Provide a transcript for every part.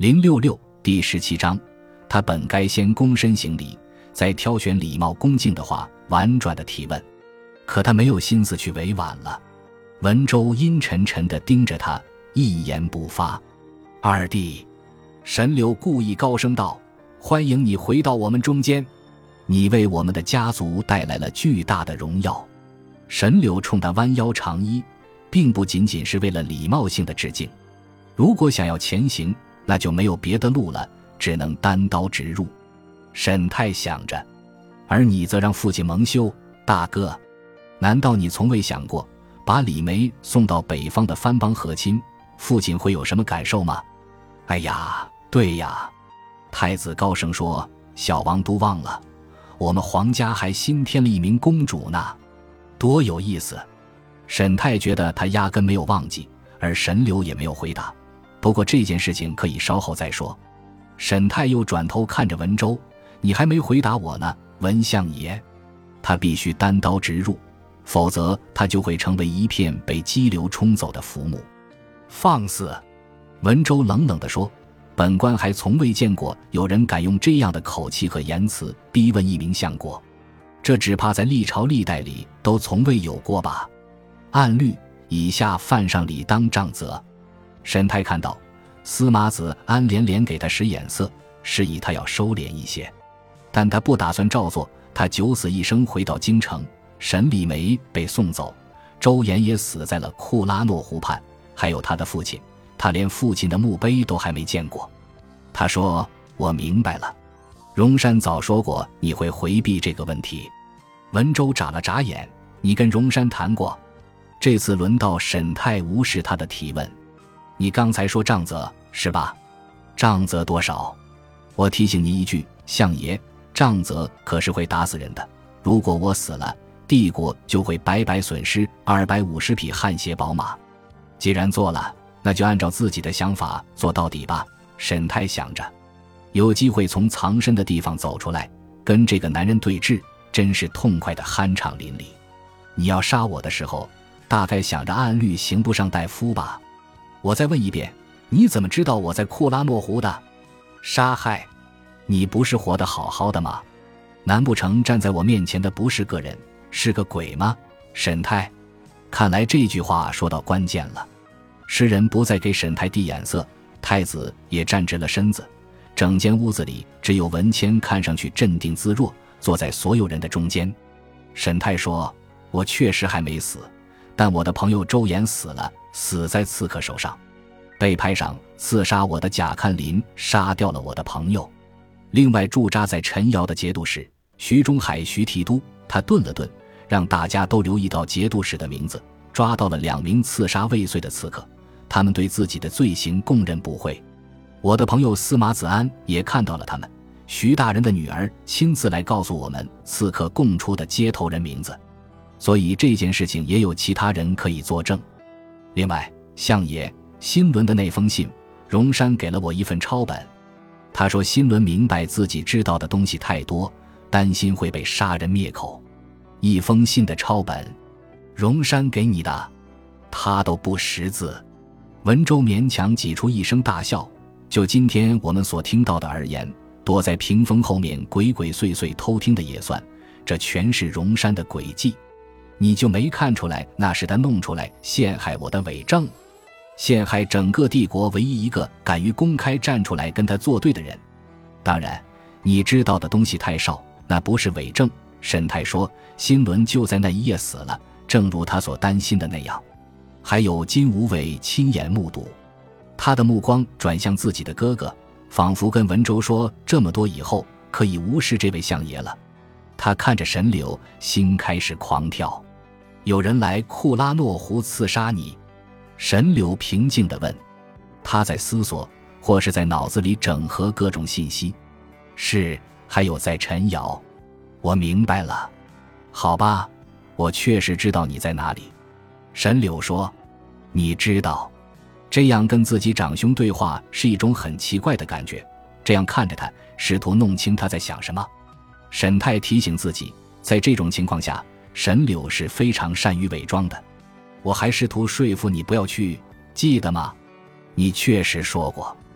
066第17章，他本该先躬身行礼，再挑选礼貌恭敬的话，婉转的提问，可他没有心思去委婉了。文州阴沉沉地盯着他，一言不发。二弟，沈柳故意高声道，欢迎你回到我们中间，你为我们的家族带来了巨大的荣耀。沈柳冲他弯腰长揖，并不仅仅是为了礼貌性的致敬。如果想要前行，那就没有别的路了，只能单刀直入。沈太想着，而你则让父亲蒙羞。大哥，难道你从未想过把李梅送到北方的藩邦和亲，父亲会有什么感受吗？哎呀，对呀，太子高声说，小王都忘了，我们皇家还新添了一名公主呢，多有意思。沈太觉得他压根没有忘记，而沈柳也没有回答。不过这件事情可以稍后再说。沈太又转头看着文州，你还没回答我呢，文相爷。他必须单刀直入，否则他就会成为一片被激流冲走的浮木。放肆！文州冷冷地说，本官还从未见过有人敢用这样的口气和言辞逼问一名相国，这只怕在历朝历代里都从未有过吧。按律，以下犯上理当杖责。沈太看到司马子安连连给他使眼色，示意他要收敛一些，但他不打算照做。他九死一生回到京城，沈李梅被送走，周延也死在了库拉诺湖畔，还有他的父亲，他连父亲的墓碑都还没见过。他说，我明白了，荣山早说过你会回避这个问题。文州眨了眨眼，你跟荣山谈过？这次轮到沈太无视他的提问，你刚才说杖责是吧？杖责多少？我提醒你一句，相爷，杖责可是会打死人的，如果我死了，帝国就会白白损失250匹汗血宝马。既然做了，那就按照自己的想法做到底吧。沈太想着，有机会从藏身的地方走出来，跟这个男人对峙，真是痛快的酣畅淋漓。你要杀我的时候，大概想着按律刑不上大夫吧。我再问一遍，你怎么知道我在库拉诺湖的？杀害你不是活得好好的吗？难不成站在我面前的不是个人，是个鬼吗？沈太，看来这句话说到关键了。诗人不再给沈太递眼色，太子也站直了身子，整间屋子里只有文谦看上去镇定自若，坐在所有人的中间。沈太说，我确实还没死，但我的朋友周延死了，死在刺客手上。背派上刺杀我的贾看林杀掉了我的朋友。另外驻扎在陈瑶的节度使徐中海徐提督，他顿了顿，让大家都留意到节度使的名字，抓到了2名刺杀未遂的刺客，他们对自己的罪行供认不讳。我的朋友司马子安也看到了他们，徐大人的女儿亲自来告诉我们刺客供出的接头人名字，所以这件事情也有其他人可以作证。另外，相爷，新伦的那封信，荣山给了我一份抄本，他说新伦明白自己知道的东西太多，担心会被杀人灭口。一封信的抄本，荣山给你的？他都不识字。文州勉强挤出一声大笑，就今天我们所听到的而言，躲在屏风后面鬼鬼祟祟偷听的也算，这全是荣山的诡计。你就没看出来那是他弄出来陷害我的伪证，陷害整个帝国唯一一个敢于公开站出来跟他作对的人。当然你知道的东西太少，那不是伪证。沈太说，新伦就在那一夜死了，正如他所担心的那样。还有金吾卫亲眼目睹。他的目光转向自己的哥哥，仿佛跟文州说，这么多以后可以无视这位相爷了。他看着沈柳，心开始狂跳。有人来库拉诺湖刺杀你？沈柳平静地问。他在思索，或是在脑子里整合各种信息。是，还有在陈瑶。我明白了。好吧，我确实知道你在哪里。沈柳说，你知道。这样跟自己长兄对话是一种很奇怪的感觉，这样看着他，试图弄清他在想什么。沈太提醒自己，在这种情况下，沈柳是非常善于伪装的。我还试图说服你不要去，记得吗？你确实说过。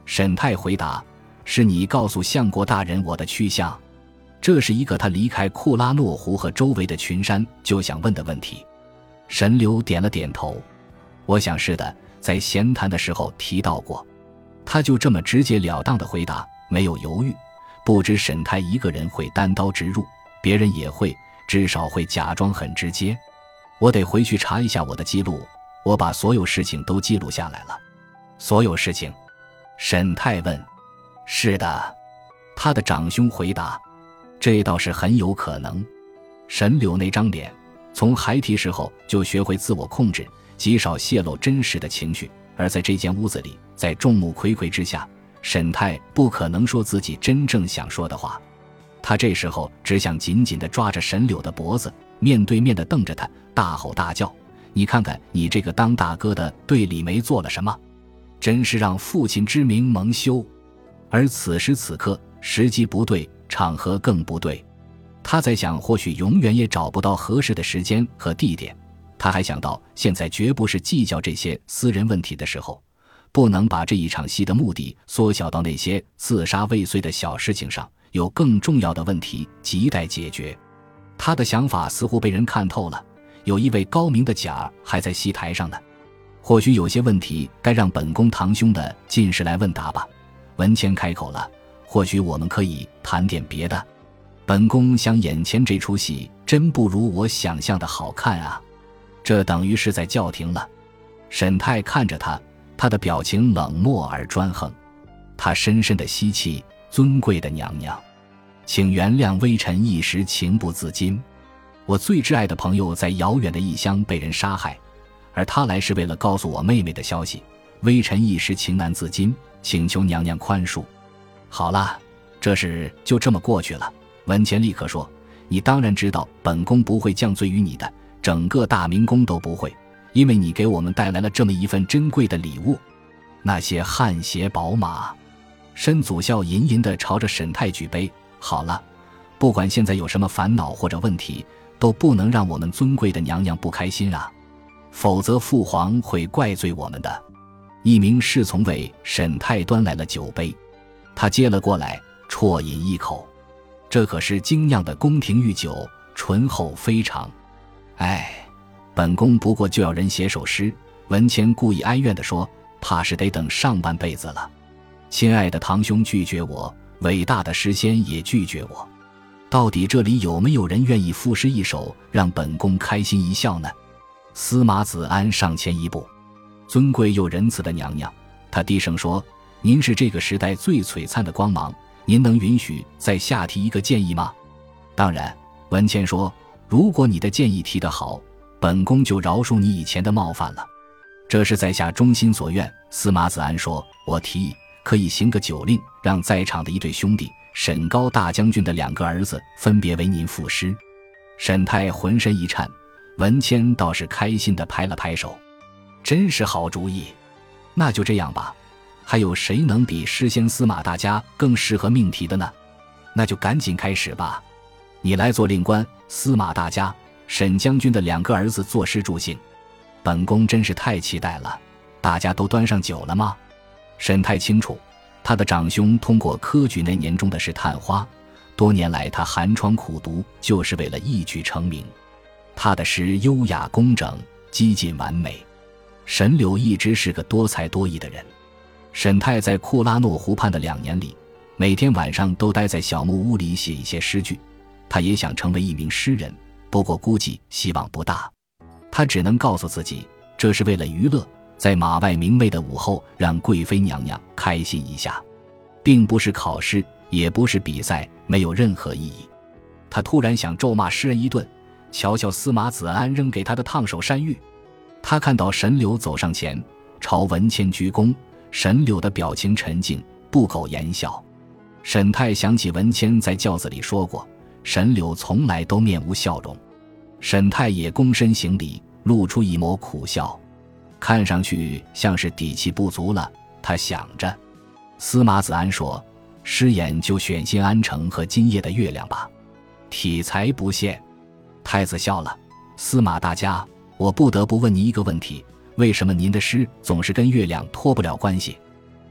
沈泰回答：是你告诉相国大人我的去向。这是一个他离开库拉诺湖和周围的群山就想问的问题。沈柳点了点头：我想是的，在闲谈的时候提到过。他就这么直截了当地回答，没有犹豫。不止沈泰一个人会单刀直入，别人也会，至少会假装很直接。我得回去查一下我的记录，我把所有事情都记录下来了。所有事情？沈泰问。是的，他的长兄回答。这倒是很有可能。沈柳那张脸，从孩提时候就学会自我控制，极少泄露真实的情绪，而在这间屋子里，在众目睽睽之下，沈泰不可能说自己真正想说的话。他这时候只想紧紧地抓着沈柳的脖子，面对面地瞪着他，大吼大叫：你看看你这个当大哥的对李梅做了什么，真是让父亲之名蒙羞。而此时此刻时机不对，场合更不对。他在想或许永远也找不到合适的时间和地点。他还想到现在绝不是计较这些私人问题的时候，不能把这一场戏的目的缩小到那些刺杀未遂的小事情上，有更重要的问题亟待解决。他的想法似乎被人看透了，有一位高明的假儿还在戏台上呢。或许有些问题该让本宫堂兄的进士来问答吧。文谦开口了，或许我们可以谈点别的。本宫想眼前这出戏真不如我想象的好看啊。这等于是在叫停了。沈泰看着他，他的表情冷漠而专横。他深深地吸气，尊贵的娘娘，请原谅微臣一时情不自禁。我最挚爱的朋友在遥远的异乡被人杀害，而他来是为了告诉我妹妹的消息，微臣一时情难自禁，请求娘娘宽恕。好了，这事就这么过去了。文谦立刻说，你当然知道本宫不会降罪于你的，整个大明宫都不会，因为你给我们带来了这么一份珍贵的礼物。那些汗血宝马。申祖孝吟吟地朝着沈泰举杯，好了，不管现在有什么烦恼或者问题，都不能让我们尊贵的娘娘不开心啊，否则父皇会怪罪我们的。一名侍从为沈泰端来了酒杯，他接了过来，啜饮一口，这可是精酿的宫廷御酒，醇厚非常。哎，本宫不过就要人写首诗。文谦故意哀怨地说，怕是得等上半辈子了。亲爱的堂兄拒绝我，伟大的诗仙也拒绝我，到底这里有没有人愿意赋诗一首，让本宫开心一笑呢？司马子安上前一步，尊贵又仁慈的娘娘，他低声说，您是这个时代最璀璨的光芒，您能允许再下提一个建议吗？当然，文谦说，如果你的建议提得好，本宫就饶恕你以前的冒犯了。这是在下衷心所愿。司马子安说，我提议可以行个酒令，让在场的一对兄弟沈高大将军的2个儿子分别为您赋诗。沈泰浑身一颤，文谦倒是开心地拍了拍手，真是好主意，那就这样吧。还有谁能比诗仙司马大家更适合命题的呢？那就赶紧开始吧。你来做令官，司马大家，沈将军的2个儿子作诗助兴。本宫真是太期待了，大家都端上酒了吗？沈泰清楚，他的长兄通过科举那年中的是探花，多年来他寒窗苦读，就是为了一举成名。他的诗优雅工整，几近完美。沈柳一直是个多才多艺的人。沈泰在库拉诺湖畔的2年里，每天晚上都待在小木屋里写一些诗句。他也想成为一名诗人，不过估计希望不大。他只能告诉自己，这是为了娱乐，在马外明媚的午后让贵妃娘娘开心一下，并不是考试，也不是比赛，没有任何意义。他突然想咒骂诗人一顿，瞧瞧司马子安扔给他的烫手山芋。他看到沈柳走上前，朝文谦鞠躬，沈柳的表情沉静，不苟言笑。沈泰想起文谦在轿子里说过，沈柳从来都面无笑容。沈泰也躬身行礼，露出一抹苦笑，看上去像是底气不足了。他想着，司马子安说，诗演就选新安城和今夜的月亮吧，体裁不限。太子笑了，司马大家，我不得不问您一个问题，为什么您的诗总是跟月亮脱不了关系？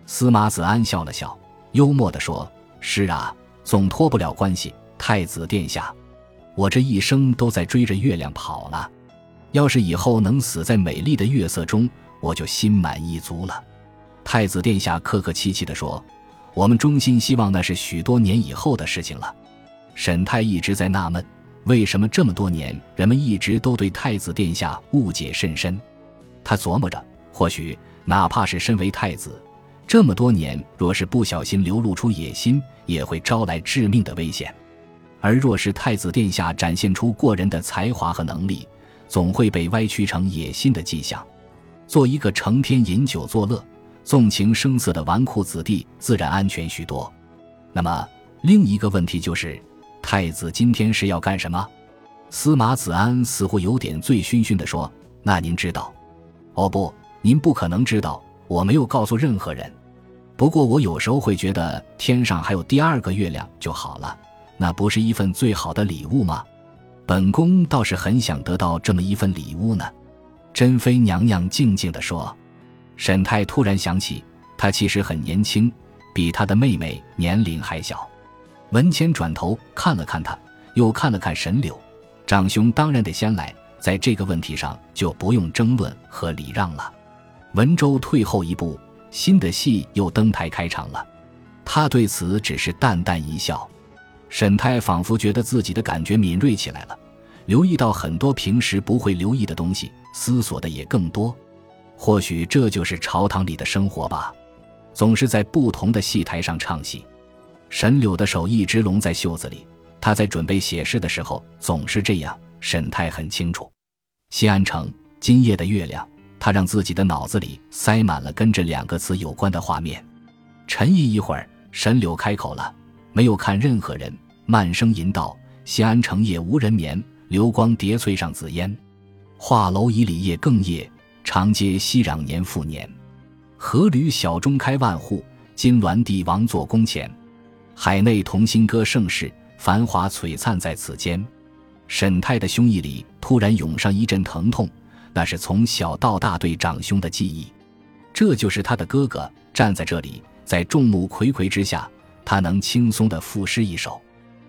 司马子安笑了笑，幽默地说：是啊，总脱不了关系，太子殿下，我这一生都在追着月亮跑了，要是以后能死在美丽的月色中，我就心满意足了。太子殿下客客气气地说：我们衷心希望那是许多年以后的事情了。沈泰一直在纳闷，为什么这么多年人们一直都对太子殿下误解甚深。他琢磨着，或许哪怕是身为太子，这么多年若是不小心流露出野心，也会招来致命的危险。而若是太子殿下展现出过人的才华和能力，总会被歪曲成野心的迹象。做一个成天饮酒作乐、纵情声色的纨绔子弟自然安全许多。那么另一个问题就是，太子今天是要干什么？司马子安似乎有点醉醺醺地说：那您知道？哦不，您不可能知道，我没有告诉任何人。不过我有时候会觉得天上还有第二个月亮就好了，那不是一份最好的礼物吗？本宫倒是很想得到这么一份礼物呢。珍妃娘娘静静地说。沈泰突然想起，她其实很年轻，比她的妹妹年龄还小。文谦转头看了看他，又看了看沈柳，长兄当然得先来，在这个问题上就不用争论和礼让了。文州退后一步，新的戏又登台开场了。他对此只是淡淡一笑。沈泰仿佛觉得自己的感觉敏锐起来了，留意到很多平时不会留意的东西，思索的也更多。或许这就是朝堂里的生活吧，总是在不同的戏台上唱戏。沈柳的手一直拢在袖子里，他在准备写诗的时候总是这样，沈泰很清楚。西安城，今夜的月亮，他让自己的脑子里塞满了跟这两个词有关的画面。沉吟一会儿，沈柳开口了，没有看任何人，慢声吟道：西安城夜无人眠，流光叠翠上紫烟。画楼以里夜更夜，长街熙攘年复年。河吕小中开万户，金銮帝王坐宫前。海内同心歌盛世，繁华璀璨在此间。沈泰的胸臆里突然涌上一阵疼痛，那是从小到大对长兄的记忆。这就是他的哥哥，站在这里，在众目睽睽之下，他能轻松地赋诗一首。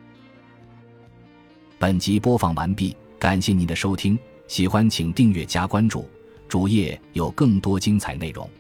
本集播放完毕，感谢您的收听，喜欢请订阅加关注，主页有更多精彩内容。